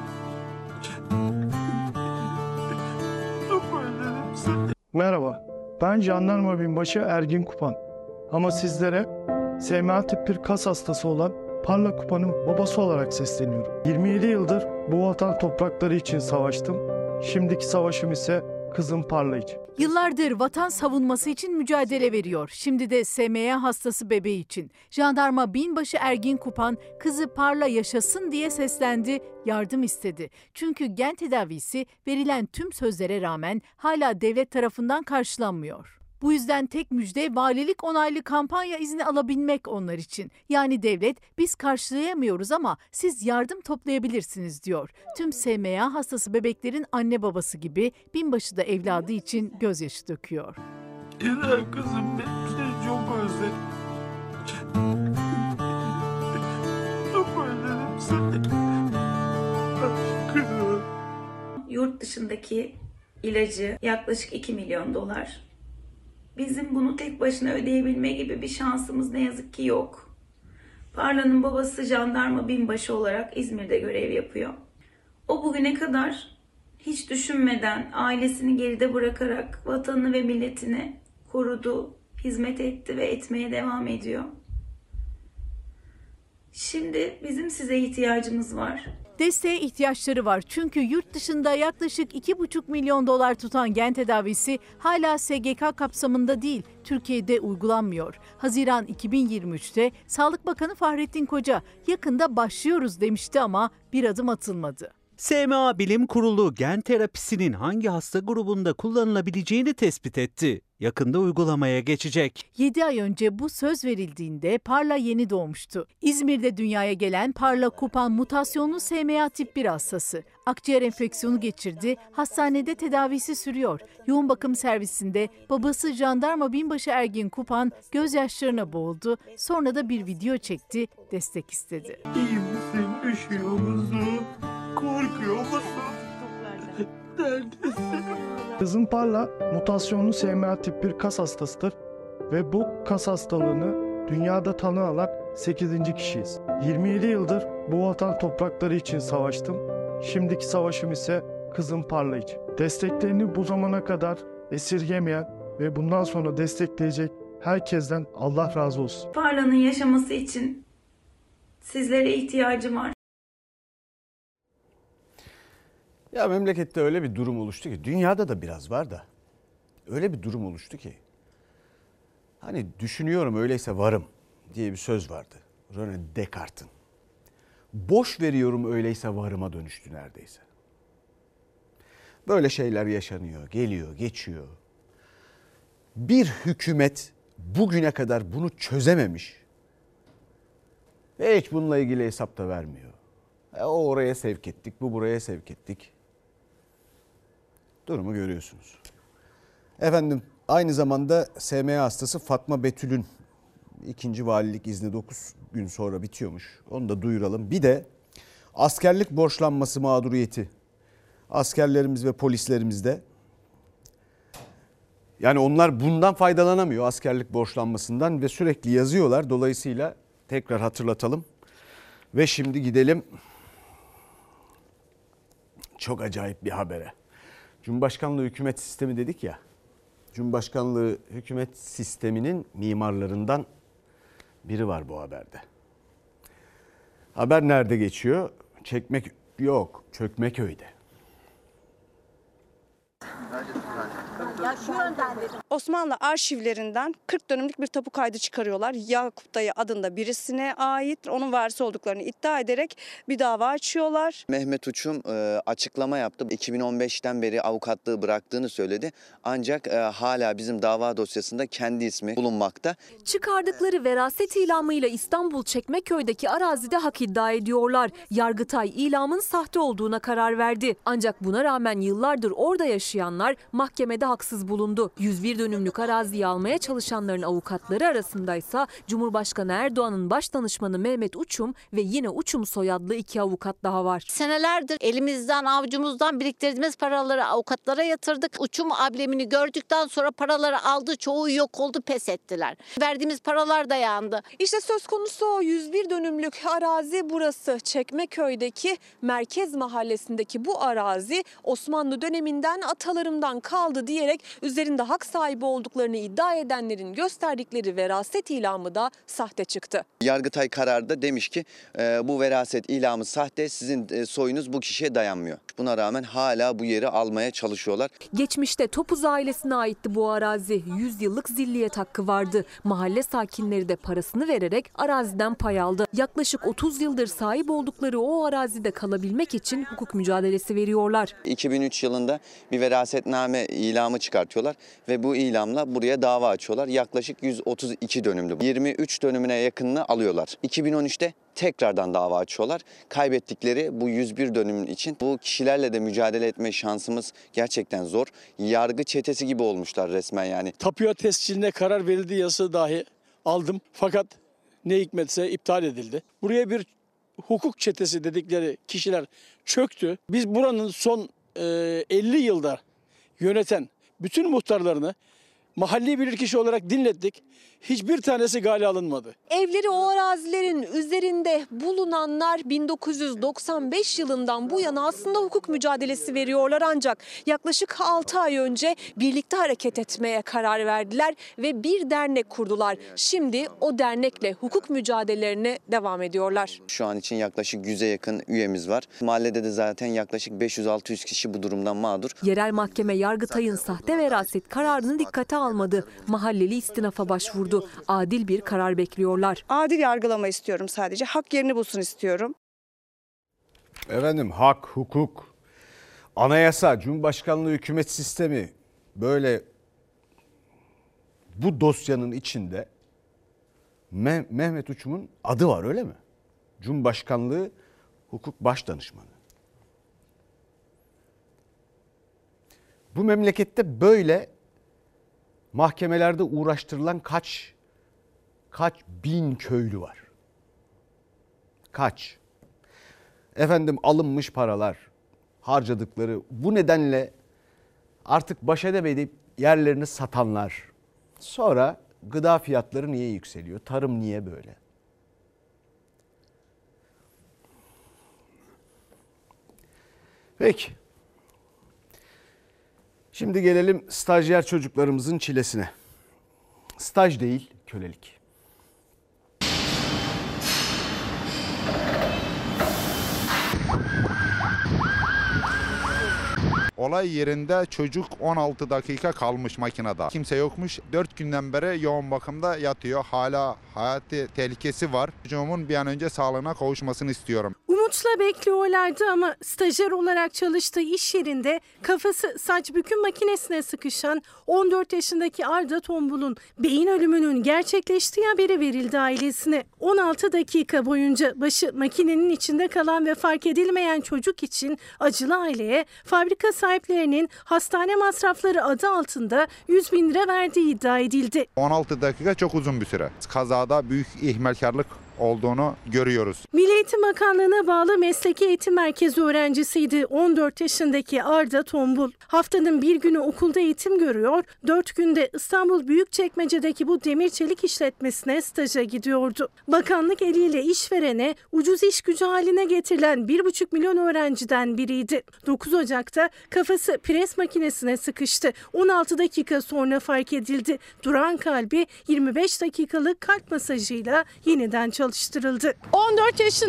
Çok özledim seni. Merhaba, ben jandarma binbaşı Ergin Kupan. Ama sizlere S M A tip bir kas hastası olan Parla Kupan'ın babası olarak sesleniyorum. yirmi yedi yıldır bu vatan toprakları için savaştım. Şimdiki savaşım ise kızım Parla için. Yıllardır vatan savunması için mücadele veriyor. Şimdi de S M A hastası bebeği için. Jandarma binbaşı Ergin Kupan kızı Parla yaşasın diye seslendi, yardım istedi. Çünkü gen tedavisi verilen tüm sözlere rağmen hala devlet tarafından karşılanmıyor. Bu yüzden tek müjde valilik onaylı kampanya izni alabilmek onlar için. Yani devlet biz karşılayamıyoruz ama siz yardım toplayabilirsiniz diyor. Tüm S M A hastası bebeklerin anne babası gibi binbaşı da evladı için gözyaşı döküyor. İler kızım ben seni çok özledim. Çok özledim seni. Aşkım. Yurt dışındaki ilacı yaklaşık iki milyon dolar. Bizim bunu tek başına ödeyebilme gibi bir şansımız ne yazık ki yok. Parla'nın babası jandarma binbaşı olarak İzmir'de görev yapıyor. O bugüne kadar hiç düşünmeden ailesini geride bırakarak vatanını ve milletini korudu, hizmet etti ve etmeye devam ediyor. Şimdi bizim size ihtiyacımız var. Desteğe ihtiyaçları var çünkü yurt dışında yaklaşık iki buçuk milyon dolar tutan gen tedavisi hala S G K kapsamında değil, Türkiye'de uygulanmıyor. Haziran iki bin yirmi üçte Sağlık Bakanı Fahrettin Koca yakında başlıyoruz demişti ama bir adım atılmadı. S M A Bilim Kurulu gen terapisinin hangi hasta grubunda kullanılabileceğini tespit etti. Yakında uygulamaya geçecek. yedi ay önce bu söz verildiğinde Parla yeni doğmuştu. İzmir'de dünyaya gelen Parla Kupan mutasyonlu S M A tip bir hastası. Akciğer enfeksiyonu geçirdi, hastanede tedavisi sürüyor. Yoğun bakım servisinde babası jandarma binbaşı Ergin Kupan gözyaşlarına boğuldu. Sonra da bir video çekti, destek istedi. İyi misin? Üşüyor musun? Korkuyor musun? Neredesin? Kızım Parla mutasyonlu S M A tip bir kas hastasıdır ve bu kas hastalığını dünyada tanı alan sekizinci kişiyiz. yirmi yedi yıldır bu vatan toprakları için savaştım. Şimdiki savaşım ise kızım Parla için. Desteklerini bu zamana kadar esirgemeyen ve bundan sonra destekleyecek herkesten Allah razı olsun. Parla'nın yaşaması için sizlere ihtiyacım var. Ya memlekette öyle bir durum oluştu ki, dünyada da biraz var da öyle bir durum oluştu ki, hani düşünüyorum öyleyse varım diye bir söz vardı René Descartes'in. Boş veriyorum öyleyse varıma dönüştü neredeyse. Böyle şeyler yaşanıyor, geliyor, geçiyor. Bir hükümet bugüne kadar bunu çözememiş ve hiç bununla ilgili hesap da vermiyor. E, o oraya sevk ettik, bu buraya sevk ettik. Durumu görüyorsunuz. Efendim aynı zamanda S M A hastası Fatma Betül'ün ikinci valilik izni dokuz gün sonra bitiyormuş. Onu da duyuralım. Bir de askerlik borçlanması mağduriyeti askerlerimiz ve polislerimizde. Yani onlar bundan faydalanamıyor, askerlik borçlanmasından, ve sürekli yazıyorlar. Dolayısıyla tekrar hatırlatalım. Ve şimdi gidelim çok acayip bir habere. Cumhurbaşkanlığı hükümet sistemi dedik ya. Cumhurbaşkanlığı hükümet sisteminin mimarlarından biri var bu haberde. Haber nerede geçiyor? Çekmek yok, Çökmeköy'de. Osmanlı arşivlerinden kırk dönümlük bir tapu kaydı çıkarıyorlar. Yakup Dayı adında birisine ait, onun varisi olduklarını iddia ederek bir dava açıyorlar. Mehmet Uçum e, açıklama yaptı. iki bin on beşten beri avukatlığı bıraktığını söyledi. Ancak e, hala bizim dava dosyasında kendi ismi bulunmakta. Çıkardıkları veraset ilamıyla İstanbul Çekmeköy'deki arazide hak iddia ediyorlar. Yargıtay ilamın sahte olduğuna karar verdi. Ancak buna rağmen yıllardır orada yaşayanlar mahkemede haksız bulundu. yüz bir dönümlük araziyi almaya çalışanların avukatları arasındaysa Cumhurbaşkanı Erdoğan'ın baş danışmanı Mehmet Uçum ve yine Uçum soyadlı iki avukat daha var. Senelerdir elimizden avucumuzdan biriktirdiğimiz paraları avukatlara yatırdık. Uçum ablemini gördükten sonra paraları aldı, çoğu yok oldu, pes ettiler. Verdiğimiz paralar da yandı. İşte söz konusu o yüz bir dönümlük arazi burası. Çekmeköy'deki Merkez Mahallesi'ndeki bu arazi Osmanlı döneminden atalarımdan kaldı diyerek üzerinde hak sahibi olduklarını iddia edenlerin gösterdikleri veraset ilamı da sahte çıktı. Yargıtay kararda demiş ki e, bu veraset ilamı sahte, sizin e, soyunuz bu kişiye dayanmıyor. Buna rağmen hala bu yeri almaya çalışıyorlar. Geçmişte Topuz ailesine aitti bu arazi. yüz yıllık zilliyet hakkı vardı. Mahalle sakinleri de parasını vererek araziden pay aldı. Yaklaşık otuz yıldır sahip oldukları o arazide kalabilmek için hukuk mücadelesi veriyorlar. iki bin üç yılında bir verasetname ilamı çıkartıyorlar ve bu ilamla buraya dava açıyorlar. Yaklaşık yüz otuz iki dönümlü. yirmi üç dönümüne yakınını alıyorlar. iki bin on üçte tekrardan dava açıyorlar. Kaybettikleri bu yüz bir dönümün için bu kişilerle de mücadele etme şansımız gerçekten zor. Yargı çetesi gibi olmuşlar resmen yani. Tapuya tescilline karar verildiği yazısı dahi aldım. Fakat ne hikmetse iptal edildi. Buraya bir hukuk çetesi dedikleri kişiler çöktü. Biz buranın son e, elli yılda yöneten bütün muhtarlarını mahalli bilirkişi olarak dinlettik. Hiçbir tanesi gale alınmadı. Evleri o arazilerin üzerinde bulunanlar bin dokuz yüz doksan beş yılından bu yana aslında hukuk mücadelesi veriyorlar, ancak yaklaşık altı ay önce birlikte hareket etmeye karar verdiler ve bir dernek kurdular. Şimdi o dernekle hukuk mücadelelerine devam ediyorlar. Şu an için yaklaşık yüze yakın üyemiz var. Mahallede de zaten yaklaşık beş yüz altı yüz kişi bu durumdan mağdur. Yerel mahkeme Yargıtay'ın sahte veraset kararını dikkate almadı. Mahalleli istinafa başvurdu. Adil bir karar bekliyorlar. Adil yargılama istiyorum sadece. Hak yerini bulsun istiyorum. Efendim hak, hukuk, anayasa, Cumhurbaşkanlığı hükümet sistemi, böyle bu dosyanın içinde Meh- Mehmet Uçum'un adı var, öyle mi? Cumhurbaşkanlığı hukuk baş danışmanı. Bu memlekette böyle mahkemelerde uğraştırılan kaç kaç bin köylü var? Kaç? Efendim alınmış paralar, harcadıkları, bu nedenle artık baş edemeyip yerlerini satanlar. Sonra gıda fiyatları niye yükseliyor? Tarım niye böyle? Peki. Şimdi gelelim stajyer çocuklarımızın çilesine. Staj değil, kölelik. Olay yerinde çocuk on altı dakika kalmış makinede. Kimse yokmuş. dört günden beri yoğun bakımda yatıyor. Hala hayati tehlikesi var. Çocuğumun bir an önce sağlığına kavuşmasını istiyorum. Umutla bekliyorlardı ama stajyer olarak çalıştığı iş yerinde kafası saç büküm makinesine sıkışan on dört yaşındaki Arda Tombul'un beyin ölümünün gerçekleştiği haberi verildi ailesine. on altı dakika boyunca başı makinenin içinde kalan ve fark edilmeyen çocuk için acılı aileye fabrika sahiplerinin hastane masrafları adı altında yüz bin lira verdiği iddia edildi. on altı dakika çok uzun bir süre. Kazada büyük ihmalkarlık olduğunu görüyoruz. Milli Eğitim Bakanlığı'na bağlı Mesleki Eğitim Merkezi öğrencisiydi on dört yaşındaki Arda Tombul. Haftanın bir günü okulda eğitim görüyor, dört günde İstanbul Büyükçekmece'deki bu demir çelik işletmesine staja gidiyordu. Bakanlık eliyle işverene ucuz iş gücü haline getirilen bir buçuk milyon öğrenciden biriydi. dokuz Ocak'ta kafası pres makinesine sıkıştı. on altı dakika sonra fark edildi. Duran kalbi yirmi beş dakikalık kalp masajıyla yeniden çalıştırıldı. on dört yaşında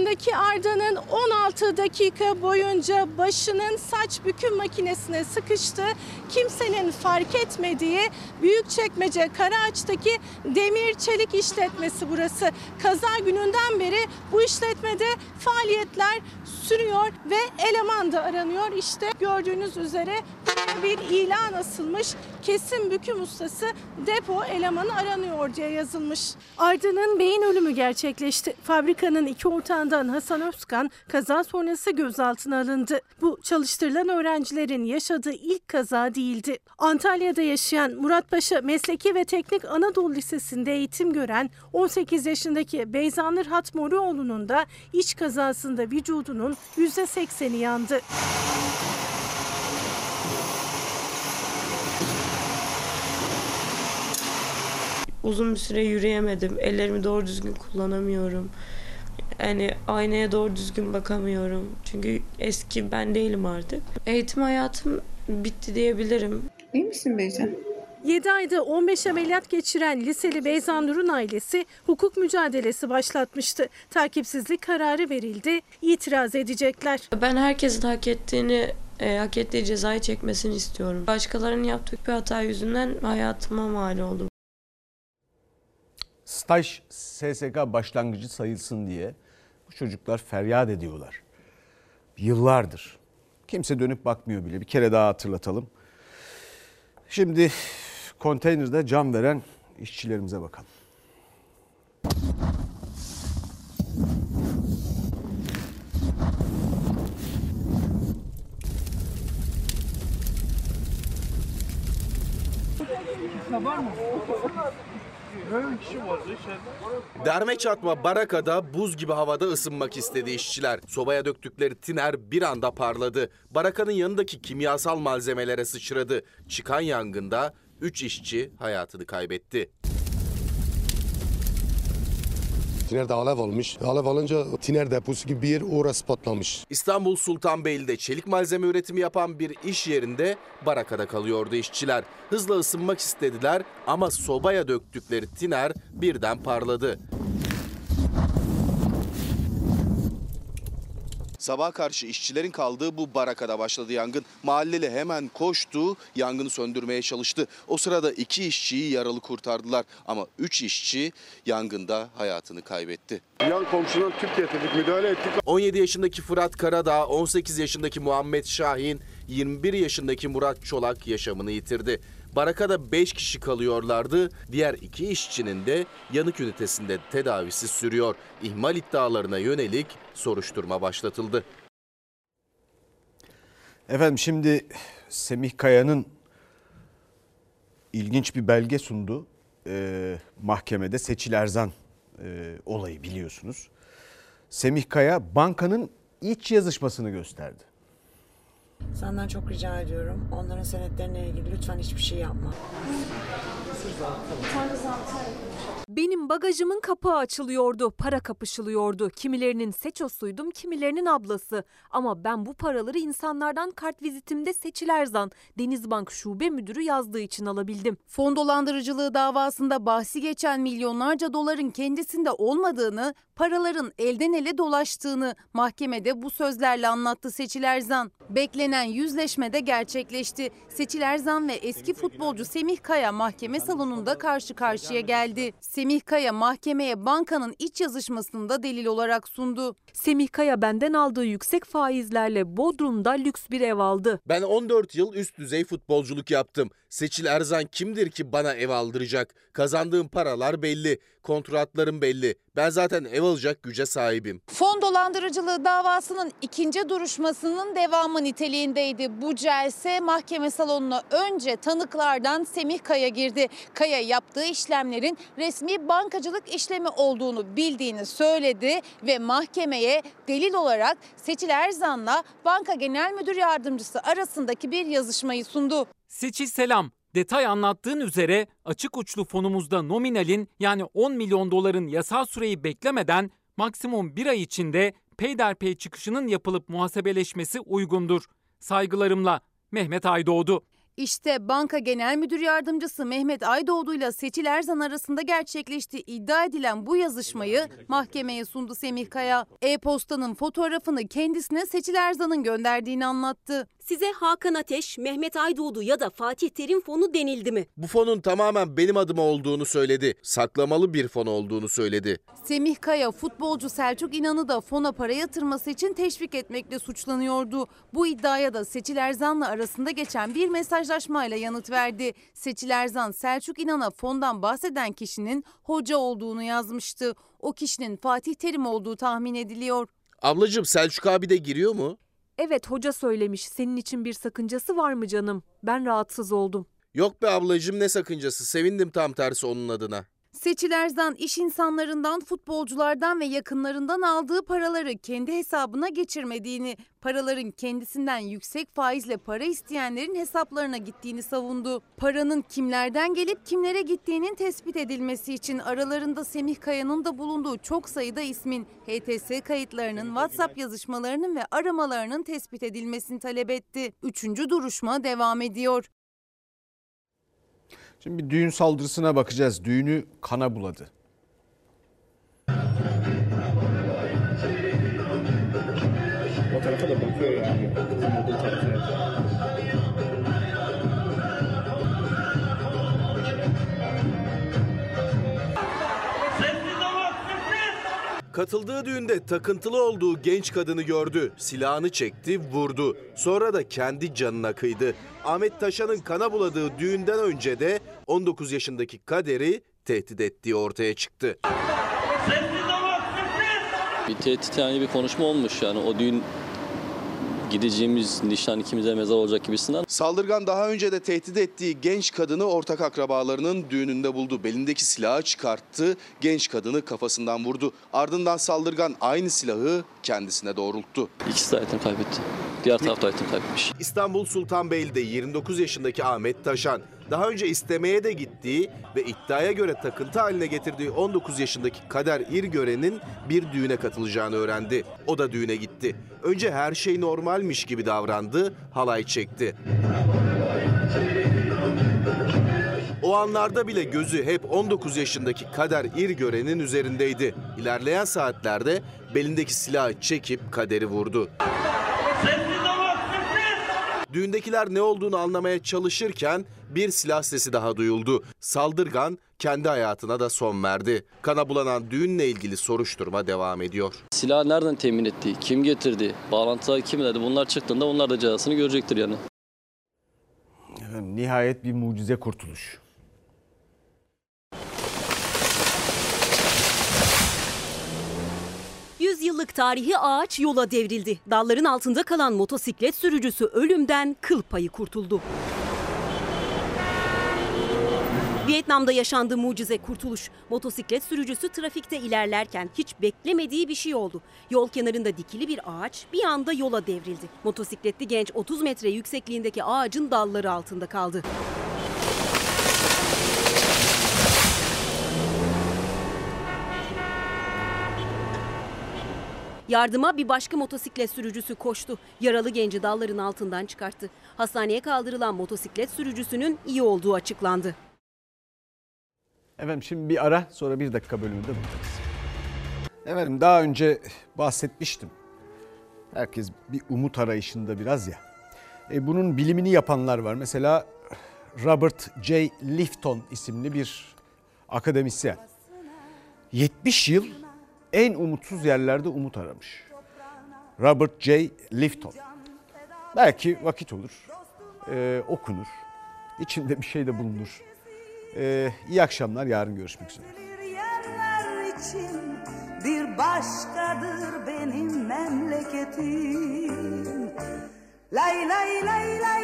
yaşındaki Arda'nın on altı dakika boyunca başının saç büküm makinesine sıkıştı. Kimsenin fark etmediği Büyükçekmece Karaağaç'taki demir çelik işletmesi burası. Kaza gününden beri bu işletmede faaliyetler sürüyor ve eleman da aranıyor. İşte gördüğünüz üzere bir ilan asılmış. Kesim büküm ustası depo elemanı aranıyor diye yazılmış. Arda'nın beyin ölümü gerçekleşti. Fabrikanın iki ortağından Hasan Özkan kaza sonrası gözaltına alındı. Bu çalıştırılan öğrencilerin yaşadığı ilk kaza değildi. Antalya'da yaşayan Muratpaşa Mesleki ve Teknik Anadolu Lisesi'nde eğitim gören on sekiz yaşındaki Beyza Nurhat Moruoğlu'nun da iç kazasında vücudunun yüzde sekseni yandı. Uzun bir süre yürüyemedim. Ellerimi doğru düzgün kullanamıyorum. Yani aynaya doğru düzgün bakamıyorum. Çünkü eski ben değilim artık. Eğitim hayatım bitti diyebilirim. İyi misin Beyza? yedi ayda on beş ameliyat geçiren liseli Beyza Nur'un ailesi hukuk mücadelesi başlatmıştı. Takipsizlik kararı verildi. İtiraz edecekler. Ben herkesin hak ettiğini, e, hak ettiği cezayı çekmesini istiyorum. Başkalarının yaptığı bir hata yüzünden hayatıma mal oldu. Staj S S K başlangıcı sayılsın diye bu çocuklar feryat ediyorlar. Yıllardır. Kimse dönüp bakmıyor bile. Bir kere daha hatırlatalım. Şimdi konteynerde can veren işçilerimize bakalım. Var mı? Derme çatma barakada buz gibi havada ısınmak istedi işçiler. Sobaya döktükleri tiner bir anda parladı. Barakanın yanındaki kimyasal malzemelere sıçradı. Çıkan yangında üç işçi hayatını kaybetti. Tinerde alev olmuş. Alev alınca tiner deposu gibi bir yer orası patlamış. İstanbul Sultanbeyli'de çelik malzeme üretimi yapan bir iş yerinde barakada kalıyordu işçiler. Hızla ısınmak istediler ama sobaya döktükleri tiner birden parladı. Sabaha karşı işçilerin kaldığı bu barakada başladı yangın. Mahalleli hemen koştu, yangını söndürmeye çalıştı. O sırada iki işçiyi yaralı kurtardılar ama üç işçi yangında hayatını kaybetti. Yan komşudan tüp getirdik, müdahale ettik. on yedi yaşındaki Fırat Karadağ, on sekiz yaşındaki Muhammed Şahin, yirmi bir yaşındaki Murat Çolak yaşamını yitirdi. Barakada beş kişi kalıyorlardı. Diğer iki işçinin de yanık ünitesinde tedavisi sürüyor. İhmal iddialarına yönelik soruşturma başlatıldı. Efendim şimdi Semih Kaya'nın ilginç bir belge sundu. Ee, mahkemede Seçil Erzan e, olayı biliyorsunuz. Semih Kaya bankanın iç yazışmasını gösterdi. Senden çok rica ediyorum. Onların senetlerine ilgili lütfen hiçbir şey yapma. Benim bagajımın kapağı açılıyordu, para kapışılıyordu. Kimilerinin Seços'uydum, kimilerinin ablası. Ama ben bu paraları insanlardan kart vizitimde Seçil Erzan, Denizbank Şube Müdürü yazdığı için alabildim. Fon dolandırıcılığı davasında bahsi geçen milyonlarca doların kendisinde olmadığını, paraların elden ele dolaştığını mahkemede bu sözlerle anlattı Seçil Erzan. Beklenen yüzleşme de gerçekleşti. Seçil Erzan ve eski futbolcu Semih Kaya mahkeme salonunda karşı karşıya geldi. Semih Kaya mahkemeye bankanın iç yazışmasını da delil olarak sundu. Semih Kaya benden aldığı yüksek faizlerle Bodrum'da lüks bir ev aldı. Ben on dört yıl üst düzey futbolculuk yaptım. Seçil Erzan kimdir ki bana ev aldıracak? Kazandığım paralar belli, kontratlarım belli. Ben zaten ev alacak güce sahibim. Fon dolandırıcılığı davasının ikinci duruşmasının devamı niteliğindeydi. Bu celse mahkeme salonuna önce tanıklardan Semih Kaya girdi. Kaya yaptığı işlemlerin resmi bankacılık işlemi olduğunu bildiğini söyledi ve mahkemeye delil olarak Seçil Erzan'la Banka Genel Müdür Yardımcısı arasındaki bir yazışmayı sundu. Seçil selam. Detay anlattığın üzere açık uçlu fonumuzda nominalin yani on milyon doların yasal süreyi beklemeden maksimum bir ay içinde peyderpey çıkışının yapılıp muhasebeleşmesi uygundur. Saygılarımla Mehmet Aydoğdu. İşte Banka Genel Müdür Yardımcısı Mehmet Aydoğdu ile Seçil Erzan arasında gerçekleştiği iddia edilen bu yazışmayı mahkemeye sundu Semih Kaya. E-postanın fotoğrafını kendisine Seçil Erzan'ın gönderdiğini anlattı. Size Hakan Ateş, Mehmet Aydoğdu ya da Fatih Terim fonu denildi mi? Bu fonun tamamen benim adıma olduğunu söyledi. Saklamalı bir fon olduğunu söyledi. Semih Kaya futbolcu Selçuk İnan'ı da fona para yatırması için teşvik etmekle suçlanıyordu. Bu iddiaya da Seçil Erzan'la arasında geçen bir mesajlaşmayla yanıt verdi. Seçil Erzan Selçuk İnan'a fondan bahseden kişinin hoca olduğunu yazmıştı. O kişinin Fatih Terim olduğu tahmin ediliyor. Ablacığım Selçuk abi de giriyor mu? Evet, hoca söylemiş. Senin için bir sakıncası var mı canım? Ben rahatsız oldum. Yok be ablacığım, ne sakıncası, sevindim tam tersi onun adına. Seçil Erzan iş insanlarından, futbolculardan ve yakınlarından aldığı paraları kendi hesabına geçirmediğini, paraların kendisinden yüksek faizle para isteyenlerin hesaplarına gittiğini savundu. Paranın kimlerden gelip kimlere gittiğinin tespit edilmesi için aralarında Semih Kaya'nın da bulunduğu çok sayıda ismin H T S kayıtlarının, WhatsApp yazışmalarının ve aramalarının tespit edilmesini talep etti. Üçüncü duruşma devam ediyor. Şimdi bir düğün saldırısına bakacağız. Düğünü kana buladı. O tarafa da bakıyor yani. Olduğu tarafa. Katıldığı düğünde takıntılı olduğu genç kadını gördü. Silahını çekti, vurdu. Sonra da kendi canına kıydı. Ahmet Taşan'ın kana buladığı düğünden önce de on dokuz yaşındaki Kader'i tehdit ettiği ortaya çıktı. Bir tehdit, yani bir konuşma olmuş, yani o düğün gideceğimiz nişan ikimize mezar olacak gibisinden. Saldırgan daha önce de tehdit ettiği genç kadını ortak akrabalarının düğününde buldu. Belindeki silahı çıkarttı, genç kadını kafasından vurdu. Ardından saldırgan aynı silahı kendisine doğrulttu. İkisi de hayatını kaybetti. Diğer taraf da hayatını kaybetmiş. İstanbul Sultanbeyli'de yirmi dokuz yaşındaki Ahmet Taşan, daha önce istemeye de gittiği ve iddiaya göre takıntı haline getirdiği on dokuz yaşındaki Kader İrgören'in bir düğüne katılacağını öğrendi. O da düğüne gitti. Önce her şey normalmiş gibi davrandı, halay çekti. O anlarda bile gözü hep on dokuz yaşındaki Kader İrgören'in üzerindeydi. İlerleyen saatlerde belindeki silahı çekip Kader'i vurdu. Düğündekiler ne olduğunu anlamaya çalışırken bir silah sesi daha duyuldu. Saldırgan kendi hayatına da son verdi. Kana bulanan düğünle ilgili soruşturma devam ediyor. Silahı nereden temin etti, kim getirdi, bağlantılar kim dedi, bunlar çıktığında onlar da cezasını görecektir yani. Efendim, nihayet bir mucize kurtuluş. yüz yıllık tarihi ağaç yola devrildi. Dalların altında kalan motosiklet sürücüsü ölümden kıl payı kurtuldu. Vietnam'da yaşandı mucize kurtuluş. Motosiklet sürücüsü trafikte ilerlerken hiç beklemediği bir şey oldu. Yol kenarında dikili bir ağaç bir anda yola devrildi. Motosikletli genç otuz metre yüksekliğindeki ağacın dalları altında kaldı. Yardıma bir başka motosiklet sürücüsü koştu. Yaralı genci dalların altından çıkarttı. Hastaneye kaldırılan motosiklet sürücüsünün iyi olduğu açıklandı. Efendim şimdi bir ara, sonra bir dakika bölümünde buradayız. Efendim daha önce bahsetmiştim. Herkes bir umut arayışında biraz ya. E, bunun bilimini yapanlar var. Mesela Robert J. Lifton isimli bir akademisyen. yetmiş yıl en umutsuz yerlerde umut aramış. Robert J. Lifton. Belki vakit olur, e, okunur, içinde bir şey de bulunur. E, iyi akşamlar, yarın görüşmek üzere. Bir başkadır benim memleketim. Lay lay lay lay.